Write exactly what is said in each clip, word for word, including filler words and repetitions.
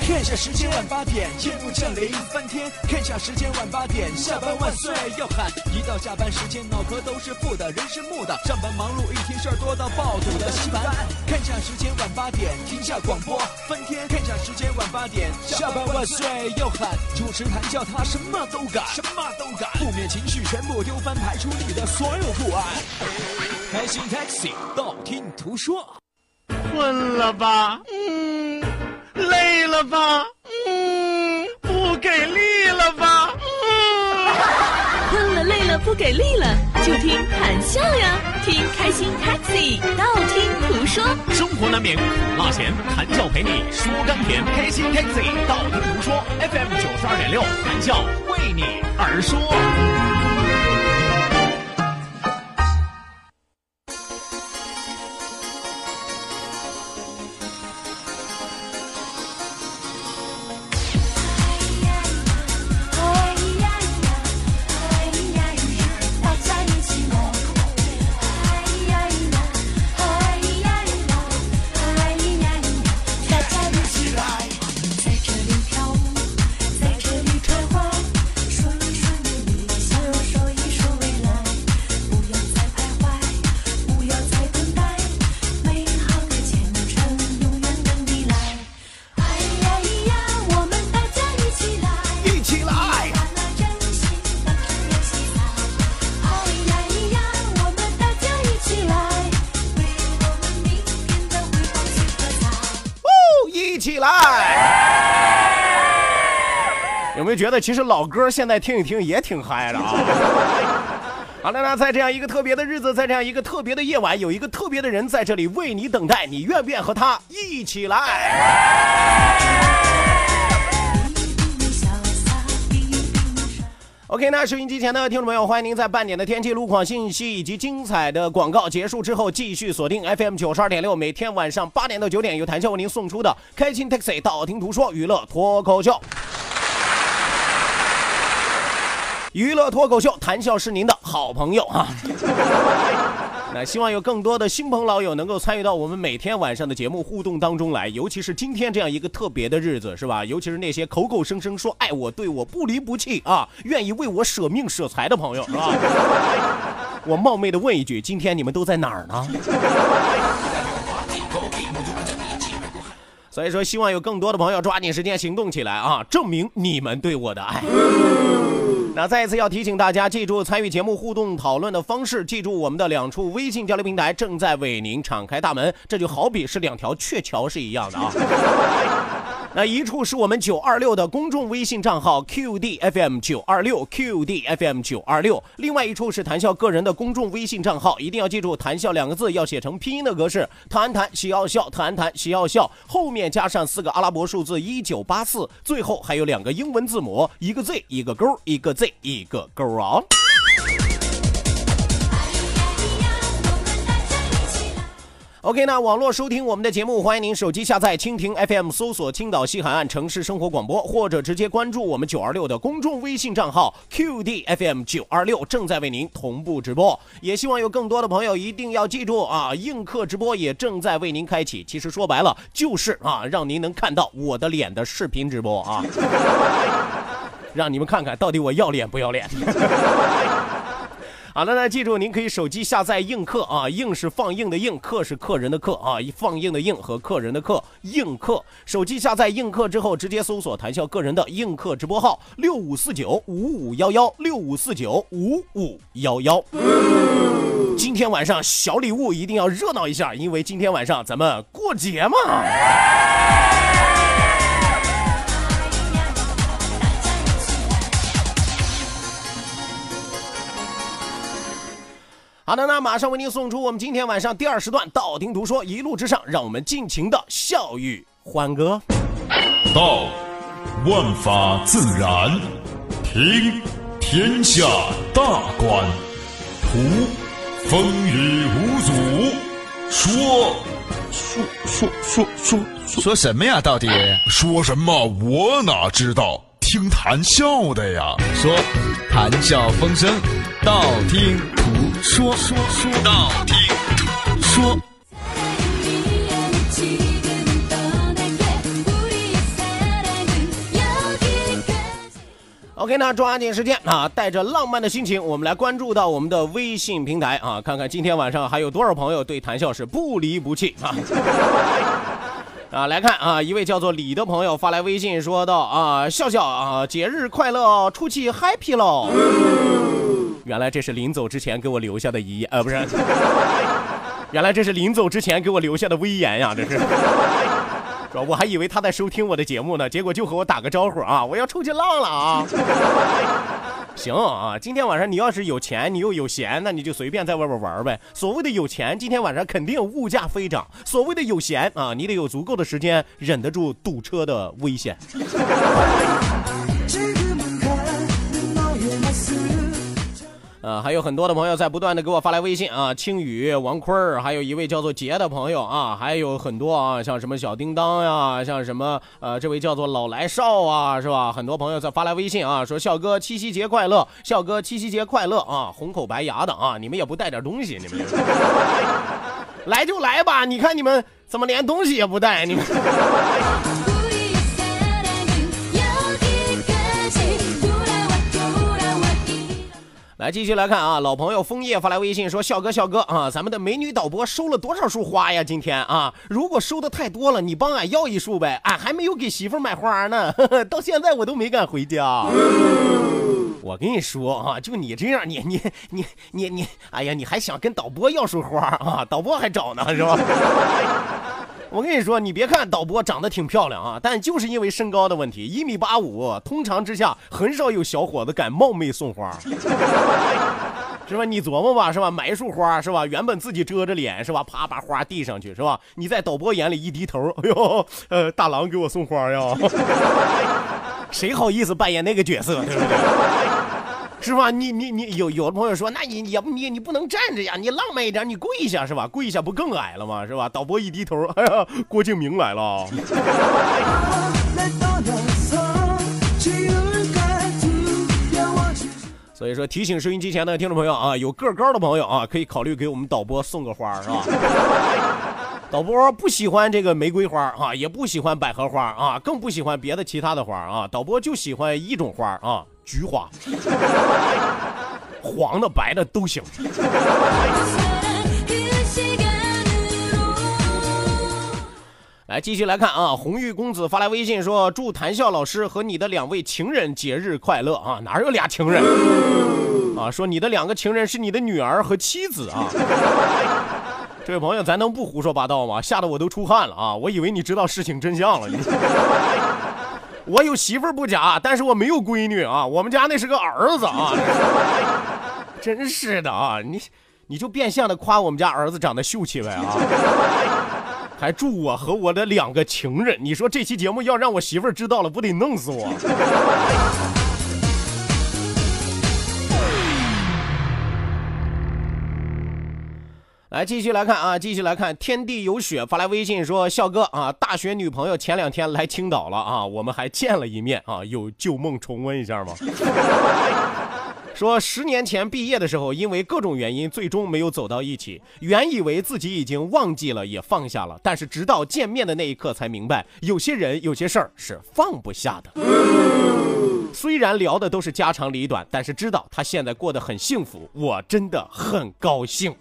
看下时间晚八点，夜幕降临翻天。看下时间晚八点，下班万岁要喊。一到下班时间，脑壳都是负的，人是木的。上班忙碌一天，事儿多到爆肚的稀饭。看下时间晚八点，停下广播翻天。看下时间晚八点，下班万岁要喊。主持谈笑他什么都敢，什么都敢。负面情绪全部丢翻，排除你的所有不安。开心 taxi， 道听途说。 困了吧？嗯。累了吧？嗯。不给力了吧？嗯。 困了累了不给力了，就听谈笑呀，听开心 taxi， 道听途说。 生活难免苦辣咸，谈笑陪你说甘甜。开心 taxi， 道听途说 F M 九十二点六，谈笑为你而说。 有没有觉得其实老歌现在听一听也挺嗨的啊？好了，那在这样一个特别的日子，在这样一个特别的夜晚，有一个特别的人在这里为你等待，你愿不愿和他一起来 ？OK， 那收音机前的听众朋友，欢迎您在半点的天气、路况信息以及精彩的广告结束之后，继续锁定 F M 九十二点六，每天晚上八点到九点，由谈笑为您送出的开心 Taxi 道听途说娱乐脱口秀。娱乐脱口秀，谈笑是您的好朋友啊！那希望有更多的新朋老友能够参与到我们每天晚上的节目互动当中来，尤其是今天这样一个特别的日子，是吧？尤其是那些口口声声说爱我、对我不离不弃啊，愿意为我舍命舍财的朋友，是吧？我冒昧的问一句，今天你们都在哪儿呢？所以说，希望有更多的朋友抓紧时间行动起来啊，证明你们对我的爱。那再一次要提醒大家，记住参与节目互动讨论的方式，记住我们的两处微信交流平台正在为您敞开大门，这就好比是两条鹊桥是一样的啊。那一处是我们九二六的公众微信账号 Q D F M 九二六 Q D F M 九二六， 另外一处是谈笑个人的公众微信账号，一定要记住谈笑两个字要写成拼音的格式，谈谈喜要笑，谈谈喜要笑，后面加上四个阿拉伯数字一九八四，最后还有两个英文字母，一个 Z 一个勾，一个 Z 一个勾啊。OK， 那网络收听我们的节目，欢迎您手机下载蜻蜓 F M， 搜索青岛西海岸城市生活广播，或者直接关注我们九二六的公众微信账号 Q D F M 九二六， 正在为您同步直播。也希望有更多的朋友一定要记住啊，映客直播也正在为您开启。其实说白了就是啊，让您能看到我的脸的视频直播啊，让你们看看到底我要脸不要脸。好了，那记住，您可以手机下载映客啊，映是放映的映，客是客人的客啊，放映的映和客人的客，映客。手机下载映客之后，直接搜索谈笑个人的映客直播号六五四九五五幺幺六五四九五五幺幺。今天晚上小礼物一定要热闹一下，因为今天晚上咱们过节嘛。好的，那马上为您送出我们今天晚上第二时段道听途说，一路之上，让我们尽情的笑语欢歌。 道，万法自然；听，天下大观；图，风雨无阻；说， 说说说说说什么呀？到底说什么？我哪知道？听谈笑的呀。 说，谈笑风生，道听途说，说说道听途说。 OK 呢，抓紧时间啊，带着浪漫的心情，我们来关注到我们的微信平台啊，看看今天晚上还有多少朋友对谈笑是不离不弃啊。啊，来看啊，一位叫做李的朋友发来微信说道啊，笑笑啊，节日快乐，出去 happy 喽。原来这是临走之前给我留下的遗言，呃，不是，原来这是临走之前给我留下的威严呀，这是。我还以为他在收听我的节目呢，结果就和我打个招呼啊，我要出去浪了啊。行啊，今天晚上你要是有钱，你又有闲，那你就随便在外边玩呗。所谓的有钱，今天晚上肯定物价飞涨；所谓的有闲啊，你得有足够的时间忍得住堵车的危险。呃，还有很多的朋友在不断的给我发来微信啊，青雨、王坤儿，还有一位叫做杰的朋友啊，还有很多啊，像什么小叮当呀，像什么呃，这位叫做老来少啊，是吧？很多朋友在发来微信啊，说笑哥七夕节快乐，笑哥七夕节快乐啊，红口白牙的啊，你们也不带点东西，你们来就来吧，你看你们怎么连东西也不带，你们。来继续来看啊，老朋友枫叶发来微信说，笑哥笑哥啊，咱们的美女导播收了多少束花呀今天啊，如果收的太多了，你帮俺要一束呗，俺还没有给媳妇买花呢，呵呵，到现在我都没敢回家。我跟你说啊，就你这样，你你你你你，哎呀，你还想跟导播要束花啊？导播还找呢是吧？我跟你说，你别看导播长得挺漂亮啊，但就是因为身高的问题，一米八五，通常之下很少有小伙子敢冒昧送花，是吧？你琢磨吧，是吧？买一束花，是吧？原本自己遮着脸，是吧？啪把花递上去，是吧？你在导播眼里一低头，哎呦，呃，大郎给我送花呀，谁好意思扮演那个角色，对不对？是吧？你你你有有的朋友说，那你也你你不能站着呀，你浪漫一点，你跪下是吧？跪下不更矮了吗？是吧？导播一低头，哎呀，郭敬明来了。所以说提醒收音机前的听众朋友啊，有个高的朋友啊，可以考虑给我们导播送个花，是吧？导播不喜欢这个玫瑰花啊，也不喜欢百合花啊，更不喜欢别的其他的花啊，导播就喜欢一种花啊，菊花，黄的白的都行。来继续来看啊，红玉公子发来微信说，祝谭笑老师和你的两位情人节日快乐啊，哪有俩情人啊？说你的两个情人是你的女儿和妻子啊。这位朋友，咱能不胡说八道吗？吓得我都出汗了啊！我以为你知道事情真相了。我有媳妇儿不假，但是我没有闺女啊！我们家那是个儿子啊！真是的啊！你你就变相的夸我们家儿子长得秀气呗啊！还祝我和我的两个情人，你说这期节目要让我媳妇儿知道了，不得弄死我？来继续来看啊，继续来看，天地有雪发来微信说，笑哥啊，大学女朋友前两天来青岛了啊，我们还见了一面啊，有旧梦重温一下吗？说十年前毕业的时候，因为各种原因最终没有走到一起，原以为自己已经忘记了也放下了，但是直到见面的那一刻才明白，有些人有些事儿是放不下的。虽然聊的都是家长里短，但是知道他现在过得很幸福，我真的很高兴。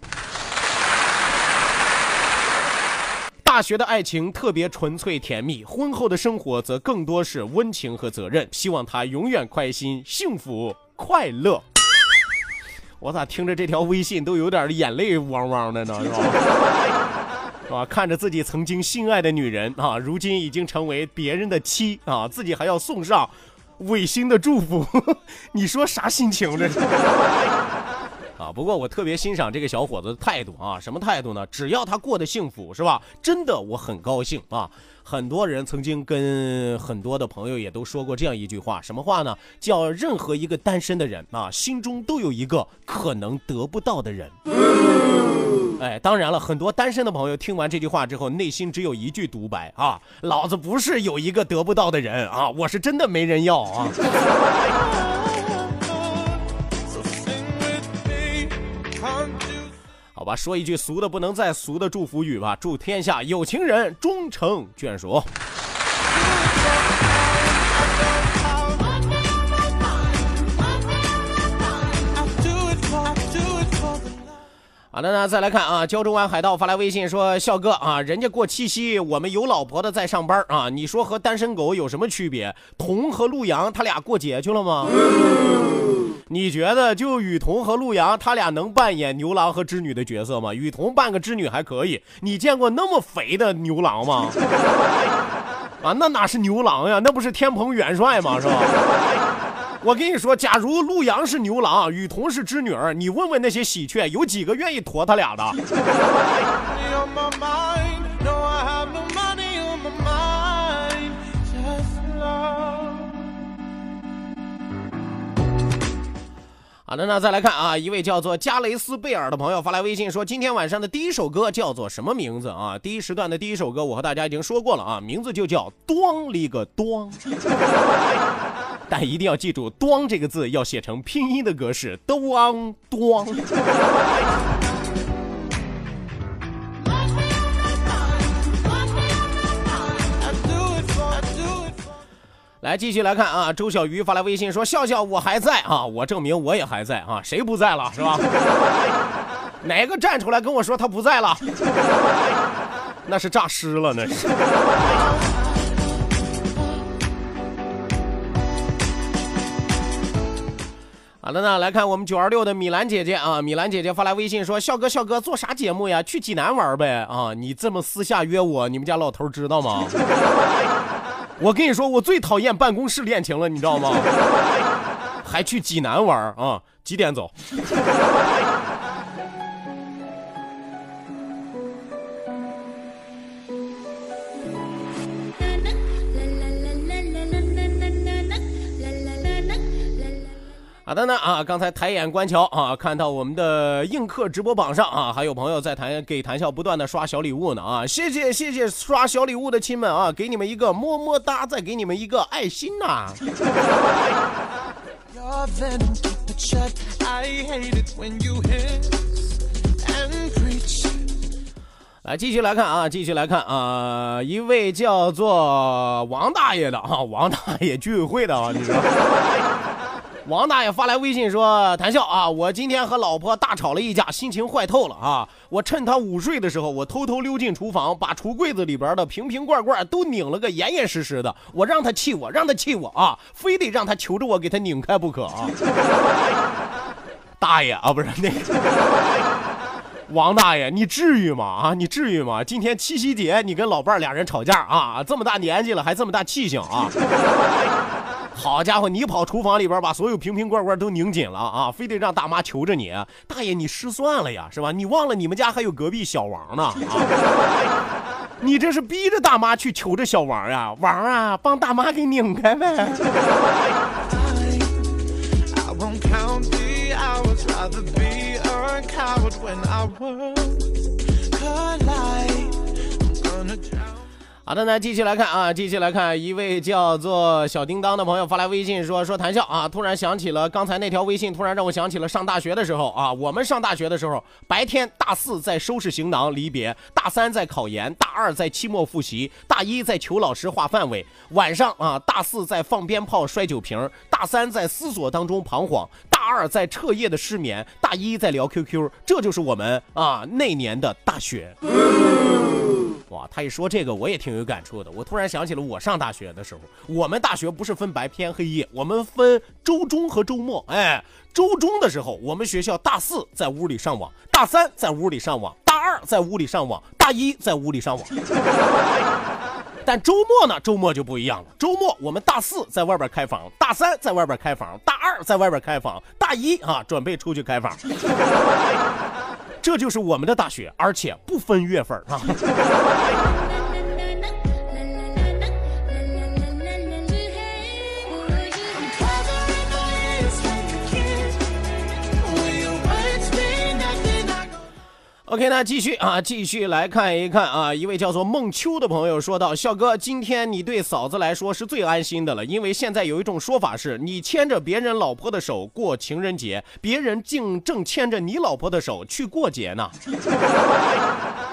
大学的爱情特别纯粹甜蜜，婚后的生活则更多是温情和责任，希望他永远开心幸福快乐。我咋听着这条微信都有点眼泪汪汪的呢，是吧？是吧？看着自己曾经心爱的女人啊，如今已经成为别人的妻啊，自己还要送上违心的祝福，你说啥心情这是？啊，不过我特别欣赏这个小伙子的态度啊，什么态度呢？只要他过得幸福，是吧？真的我很高兴啊。很多人曾经跟很多的朋友也都说过这样一句话，什么话呢？叫任何一个单身的人啊，心中都有一个可能得不到的人。哎，当然了，很多单身的朋友听完这句话之后，内心只有一句独白啊，老子不是有一个得不到的人啊，我是真的没人要啊。好吧，说一句俗的不能再俗的祝福语吧，祝天下有情人终成眷属。 好的呢，再来看啊，胶州湾海盗发来微信说，笑哥啊，人家过七夕，我们有老婆的在上班啊，你说和单身狗有什么区别？童和陆阳他俩过节去了吗？你觉得就雨桐和陆阳他俩能扮演牛郎和织女的角色吗？雨桐扮个织女还可以，你见过那么肥的牛郎吗？啊，那哪是牛郎呀，那不是天蓬元帅吗？是吧？我跟你说，假如陆阳是牛郎，雨桐是织女儿，你问问那些喜鹊，有几个愿意驮他俩的？好的，那再来看啊，一位叫做加雷斯贝尔的朋友发来微信说，今天晚上的第一首歌叫做什么名字啊？第一时段的第一首歌我和大家已经说过了啊，名字就叫咣里个咣。但一定要记住，咣这个字要写成拼音的格式，咚昂咚。来继续来看啊，周小鱼发来微信说，笑笑我还在啊，我证明我也还在啊，谁不在了是吧？哪个站出来跟我说他不在了？那是诈尸了，那是。好的呢，来看我们九二六的米兰姐姐啊，米兰姐姐发来微信说，笑哥笑哥做啥节目呀？去济南玩呗啊！你这么私下约我，你们家老头知道吗？我跟你说，我最讨厌办公室恋情了，你知道吗？还去济南玩啊？几点走？好的呢啊，刚才抬眼观瞧啊，看到我们的映客直播榜上啊，还有朋友在谈给谈笑不断的刷小礼物呢啊，谢谢谢谢刷小礼物的亲们啊，给你们一个么么哒，再给你们一个爱心呐、啊。来继续来看啊，继续来看啊、呃，一位叫做王大爷的啊，王大爷居委会的啊，你知道。王大爷发来微信说，谈笑啊，我今天和老婆大吵了一架，心情坏透了啊！我趁她午睡的时候，我偷偷溜进厨房，把橱柜子里边的瓶瓶罐罐都拧了个严严实实的。我让她气我，让她气我啊，非得让她求着我给她拧开不可啊！大爷啊，不是那个王大爷，你至于吗？啊，你至于吗？今天七夕节，你跟老伴俩人吵架啊，这么大年纪了还这么大气性啊！好家伙，你跑厨房里边把所有瓶瓶罐罐都拧紧了啊，非得让大妈求着你。大爷你失算了呀，是吧？你忘了你们家还有隔壁小王呢啊！你这是逼着大妈去求着小王呀，王啊，帮大妈给拧开呗。好的呢，继续来看啊，继续来看一位叫做小叮当的朋友发来微信说说谈笑啊，突然想起了刚才那条微信，突然让我想起了上大学的时候啊，我们上大学的时候，白天大四在收拾行囊离别，大三在考研，大二在期末复习，大一在求老师画范围，晚上啊大四在放鞭炮摔酒瓶，大三在思索当中彷徨，大二在彻夜的失眠，大一在聊 Q Q， 这就是我们啊那年的大学。哇，他一说这个我也挺有感触的，我突然想起了我上大学的时候，我们大学不是分白天黑夜，我们分周中和周末。哎，周中的时候我们学校大四在屋里上网，大三在屋里上网，大二在屋里上网，大一在屋里上网。但周末呢，周末就不一样了，周末我们大四在外边开房，大三在外边开房，大二在外边开房，大一啊准备出去开房。这就是我们的大学，而且不分月份啊。OK， 那继续啊，继续来看一看啊，一位叫做孟秋的朋友说道：笑哥，今天你对嫂子来说是最安心的了，因为现在有一种说法是，你牵着别人老婆的手过情人节，别人竟正牵着你老婆的手去过节呢。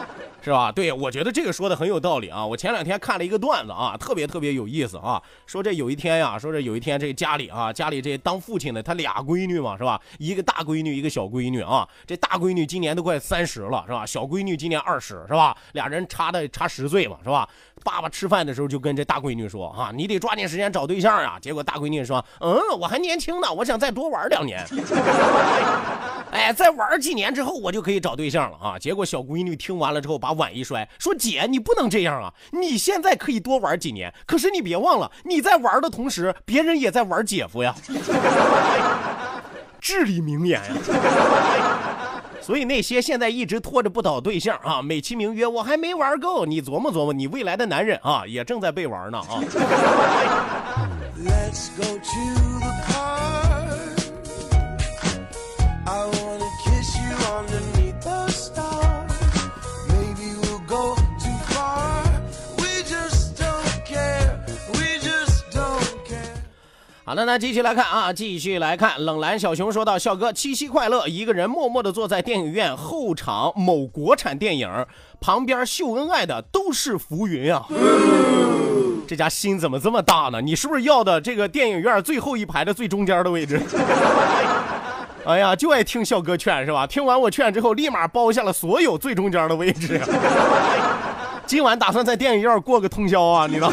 是吧？对，我觉得这个说的很有道理啊。我前两天看了一个段子啊，特别特别有意思啊。说这有一天呀，说这有一天这家里啊，家里这当父亲的他俩闺女嘛，是吧？一个大闺女，一个小闺女啊。这大闺女今年都快三十了，是吧？小闺女今年二十，是吧？俩人差的差十岁嘛，是吧？爸爸吃饭的时候就跟这大闺女说啊，你得抓紧时间找对象啊。结果大闺女说，嗯，我还年轻呢，我想再多玩两年。哎，再玩几年之后我就可以找对象了啊！结果小闺女听完了之后，把碗一摔，说：“姐，你不能这样啊！你现在可以多玩几年，可是你别忘了，你在玩的同时，别人也在玩姐夫呀。”至理名言呀！所以那些现在一直拖着不找对象啊，美其名曰我还没玩够，你琢磨琢磨，你未来的男人啊，也正在被玩呢啊。Let's go to the park. I wanna kiss you underneath the stars. Maybe we'll go too far. We just don't care. We just don't care. 好的，那继续来看啊，继续来看。冷蓝小熊说到：“笑哥，七夕快乐！”一个人默默地坐在电影院后场某国产电影旁边秀恩爱的都是浮云啊。这家心怎么这么大呢？你是不是要的这个电影院最后一排的最中间的位置？哎呀，就爱听笑哥劝是吧？听完我劝之后，立马包下了所有最中间的位置。今晚打算在电影院过个通宵啊，你知道吗？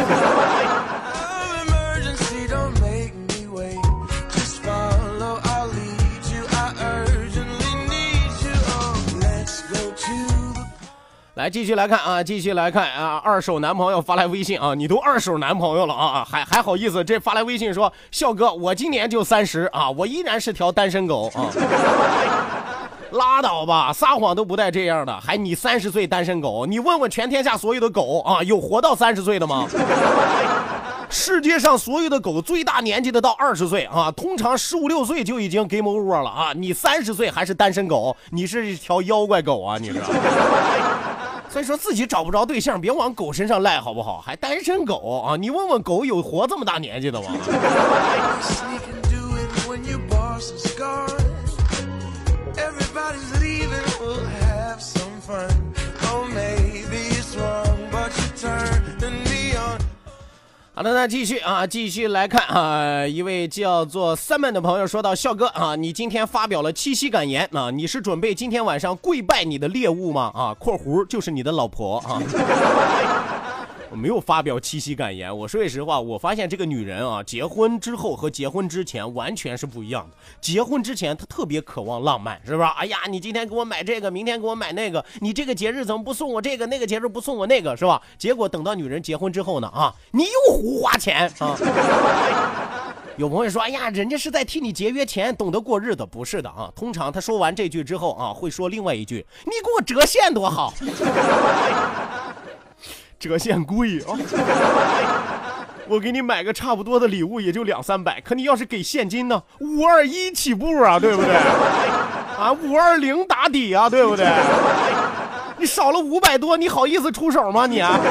来继续来看啊，继续来看啊！二手男朋友发来微信啊，你都二手男朋友了啊，还还好意思这发来微信说，笑哥，我今年就三十啊，我依然是条单身狗啊！拉倒吧，撒谎都不带这样的，还你三十岁单身狗？你问问全天下所有的狗啊，有活到三十岁的吗？世界上所有的狗最大年纪的到二十岁啊，通常十五六岁就已经 game over 了啊！你三十岁还是单身狗，你是一条妖怪狗啊！你知道？所以说自己找不着对象，别往狗身上赖，好不好？还单身狗啊！你问问狗有活这么大年纪的吗？好的，那继续啊，继续来看啊，一位叫做 Simon 的朋友说到：笑哥啊，你今天发表了七夕感言啊，你是准备今天晚上跪拜你的猎物吗？啊，括弧就是你的老婆啊。我没有发表七夕感言，我说句实话，我发现这个女人啊，结婚之后和结婚之前完全是不一样的。结婚之前她特别渴望浪漫，是不是？哎呀，你今天给我买这个，明天给我买那个，你这个节日怎么不送我这个，那个节日不送我那个，是吧？结果等到女人结婚之后呢，啊，你又胡花钱啊！有朋友说，哎呀，人家是在替你节约钱，懂得过日子，不是的啊。通常他说完这句之后啊，会说另外一句，你给我折现多好。折现贵啊！我给你买个差不多的礼物也就两三百，可你要是给现金呢，五二一起步啊，对不对？啊，五二零打底啊，对不对？你少了五百多，你好意思出手吗你啊？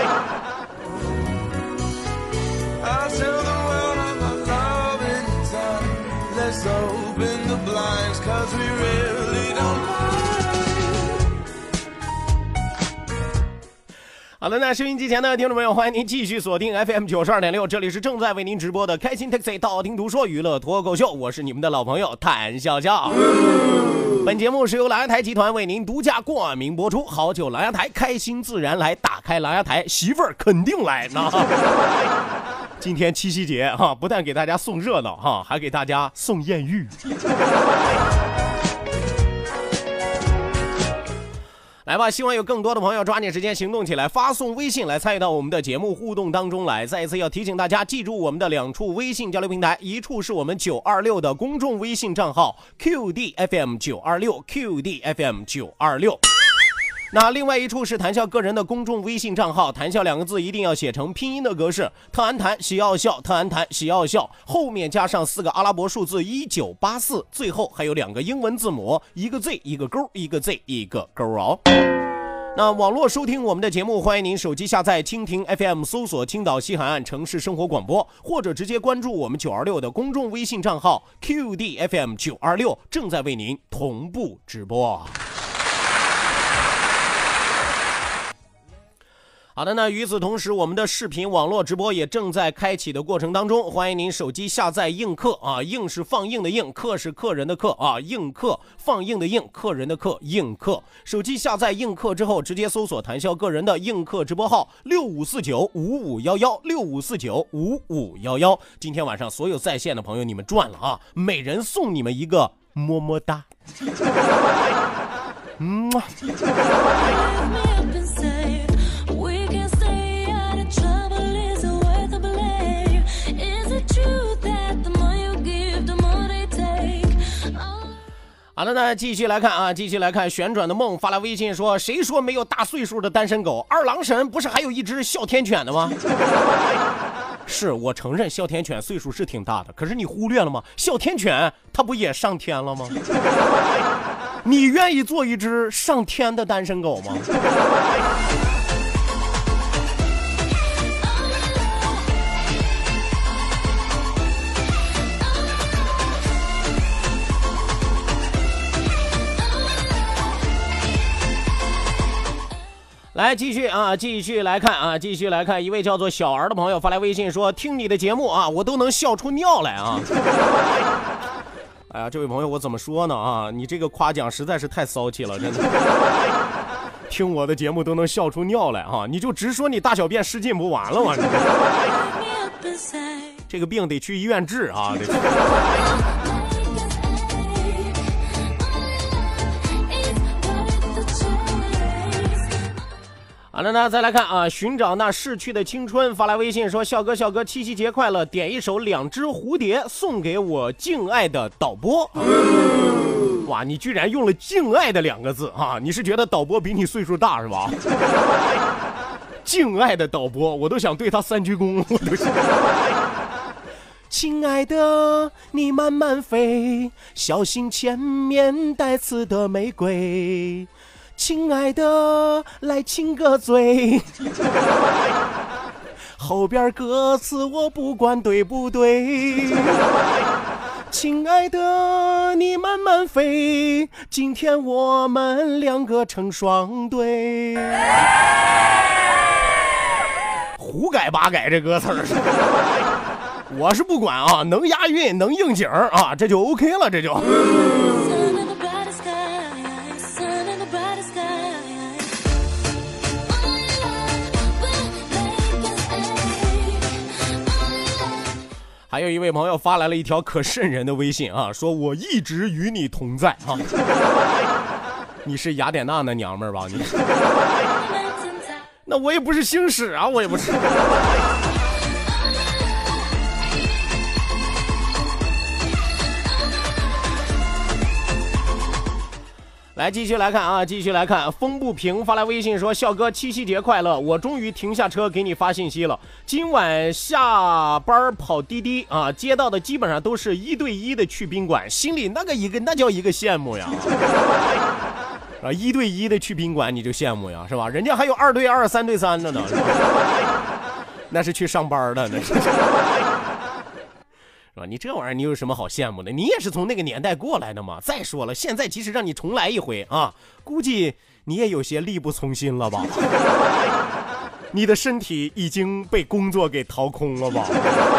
好的，那收音机前的听众朋友，欢迎您继续锁定 F M 九十二点六，这里是正在为您直播的开心 Taxi 道听途说娱乐脱口秀，我是你们的老朋友谭笑笑。本节目是由琅琊台集团为您独家冠名播出，好酒琅琊台，开心自然来，打开琅琊台，媳妇儿肯定来呢。今天七夕节哈，不但给大家送热闹哈，还给大家送艳遇。来吧，希望有更多的朋友抓紧时间行动起来，发送微信来参与到我们的节目互动当中来。再一次要提醒大家，记住我们的两处微信交流平台，一处是我们九二六的公众微信账号 Q D F M 九二六 Q D F M 九二六，那另外一处是谈笑个人的公众微信账号，谈笑两个字一定要写成拼音的格式，特安谈喜奥笑，特安谈喜奥笑，后面加上四个阿拉伯数字一九八四，最后还有两个英文字母，一个 Z 一个勾，一个 Z 一个勾哦。那网络收听我们的节目，欢迎您手机下载蜻蜓 F M， 搜索青岛西海岸城市生活广播，或者直接关注我们九二六的公众微信账号 Q D F M 九二六，正在为您同步直播。 好的，那与此同时，我们的视频网络直播也正在开启的过程当中，欢迎您手机下载映客啊，映是放映的映，客是客人的客啊，映客放映的映，客人的客，映客。手机下载映客之后，直接搜索谈笑个人的映客直播号六五四九五五一一六五四九五五一一。今天晚上所有在线的朋友，你们赚了啊！每人送你们一个么么哒。嗯。好的呢，继续来看啊，继续来看旋转的梦发来微信说，谁说没有大岁数的单身狗？二郎神不是还有一只哮天犬的吗？是，我承认哮天犬岁数是挺大的，可是你忽略了吗？哮天犬它不也上天了吗？你愿意做一只上天的单身狗吗？来继续啊，继续来看啊，继续来看，一位叫做小儿的朋友发来微信说，听你的节目啊，我都能笑出尿来啊。哎呀，这位朋友我怎么说呢啊，你这个夸奖实在是太骚气了，真的。听我的节目都能笑出尿来啊，你就直说你大小便失禁不完了吗？这个病得去医院治啊。这好了呢，再来看啊，寻找那逝去的青春发来微信说，笑哥笑哥七夕节快乐，点一首两只蝴蝶送给我敬爱的导播。哇，你居然用了敬爱的两个字啊，你是觉得导播比你岁数大是吧？敬爱的导播，我都想对他三鞠躬，我都想。亲爱的你慢慢飞，小心前面带刺的玫瑰，亲爱的来亲个嘴，后边歌词我不管对不对。亲爱的你慢慢飞，今天我们两个成双对。胡改八改这歌词儿，我是不管啊，能押韵能应景啊，这就 OK 了，这就。还有一位朋友发来了一条可瘆人的微信啊，说我一直与你同在啊。你是雅典娜那娘们儿吧？你那我也不是星矢啊，我也不是。来继续来看啊，继续来看，风不平发来微信说，笑哥七夕节快乐，我终于停下车给你发信息了，今晚下班跑滴滴啊，接到的基本上都是一对一的去宾馆，心里那个一个那叫一个羡慕呀。啊，一对一的去宾馆你就羡慕呀，是吧？人家还有二对二三对三的呢，是吧？那是去上班的，那是。是吧？你这玩意儿你有什么好羡慕的？你也是从那个年代过来的嘛。再说了，现在即使让你重来一回啊，估计你也有些力不从心了吧？你的身体已经被工作给掏空了吧？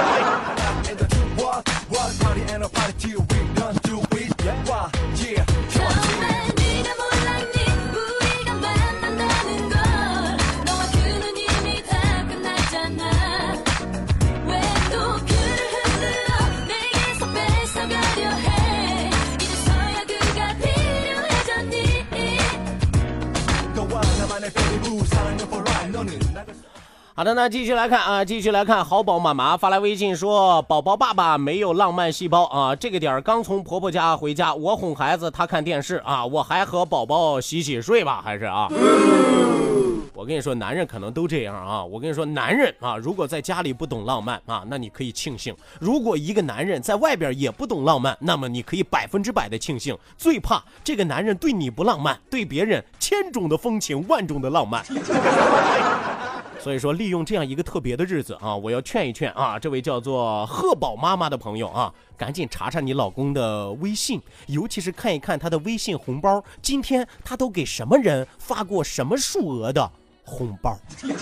好的，那继续来看啊，继续来看，好宝妈妈发来微信说，宝宝爸爸没有浪漫细胞啊，这个点儿刚从婆婆家回家，我哄孩子，他看电视啊，我还和宝宝洗洗睡吧，还是啊。我跟你说，男人可能都这样啊。我跟你说，男人啊，如果在家里不懂浪漫啊，那你可以庆幸；如果一个男人在外边也不懂浪漫，那么你可以百分之百的庆幸。最怕这个男人对你不浪漫，对别人千种的风情，万种的浪漫。所以说，利用这样一个特别的日子啊，我要劝一劝啊，这位叫做贺宝妈妈的朋友啊，赶紧查查你老公的微信，尤其是看一看他的微信红包，今天他都给什么人发过什么数额的红包。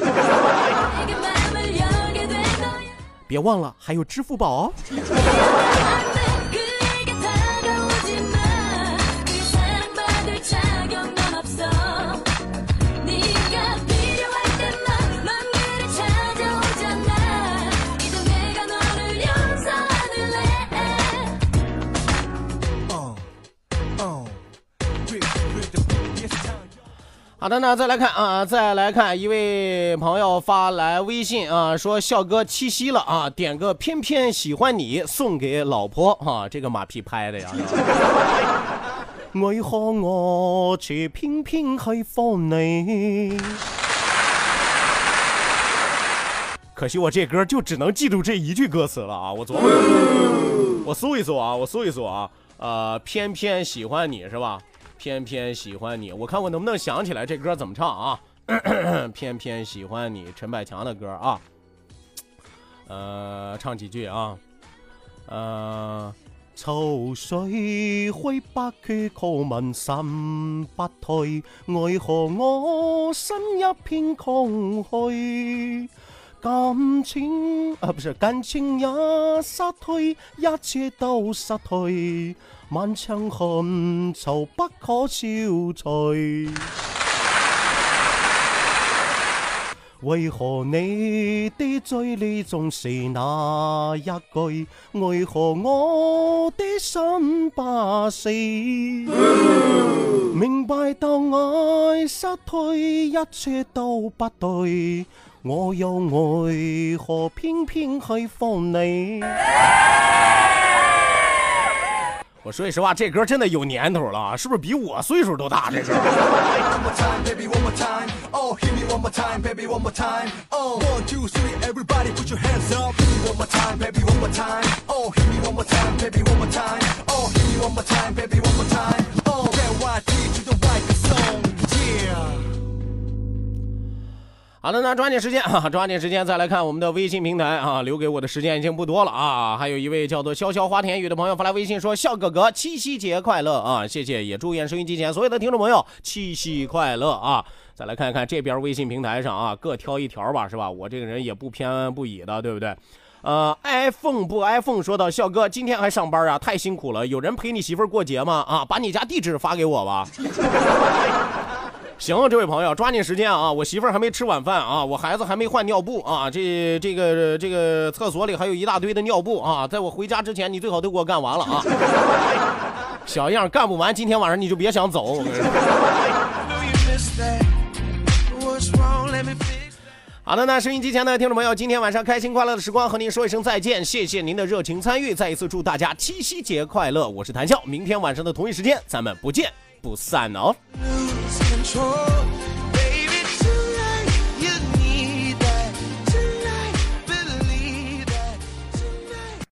别忘了还有支付宝哦。好的呢，再来看啊，再来看一位朋友发来微信啊，说笑哥七夕了啊，点个偏偏喜欢你送给老婆啊，这个马屁拍的呀。为何我却偏偏係放你？可惜我这歌就只能记住这一句歌词了啊！我琢磨，我搜一搜啊，我搜一搜啊，呃，偏偏喜欢你是吧？偏偏喜欢你，我看我能不能想起来这歌怎么唱啊？咳咳偏偏喜欢你，陈百强的歌啊。呃，唱几句啊。呃，潮水開北缺靠問心不退，為何我心一片空虛？感情啊，不是感情也失退，一切都失退。漫長恨愁不可消除，為何你的嘴裡總是那一句？為何我的心不死？明白到愛失退，一切都不對，我又為何偏偏係放你？我说句实话，这歌真的有年头了，是不是比我岁数都大？这歌。好的，那抓紧时间啊，抓紧时间再来看我们的微信平台啊，留给我的时间已经不多了啊。还有一位叫做潇潇花田雨的朋友发来微信说：“笑哥哥，七夕节快乐啊！”谢谢，也祝愿收音机前所有的听众朋友七夕快乐啊！再来看一看这边微信平台上啊，各挑一条吧，是吧？我这个人也不偏不倚的，对不对？呃 ，iPhone 不 iPhone 说到笑哥，今天还上班啊，太辛苦了。有人陪你媳妇儿过节吗？啊，把你家地址发给我吧。行，这位朋友抓紧时间啊！我媳妇儿还没吃晚饭啊，我孩子还没换尿布啊，这这个这个厕所里还有一大堆的尿布啊，在我回家之前，你最好都给我干完了啊！小样干不完，今天晚上你就别想走。我跟你说。好的，那收音机前的听众朋友，今天晚上开心快乐的时光和您说一声再见，谢谢您的热情参与，再一次祝大家七夕节快乐！我是谭笑，明天晚上的同一时间咱们不见不散哦。Control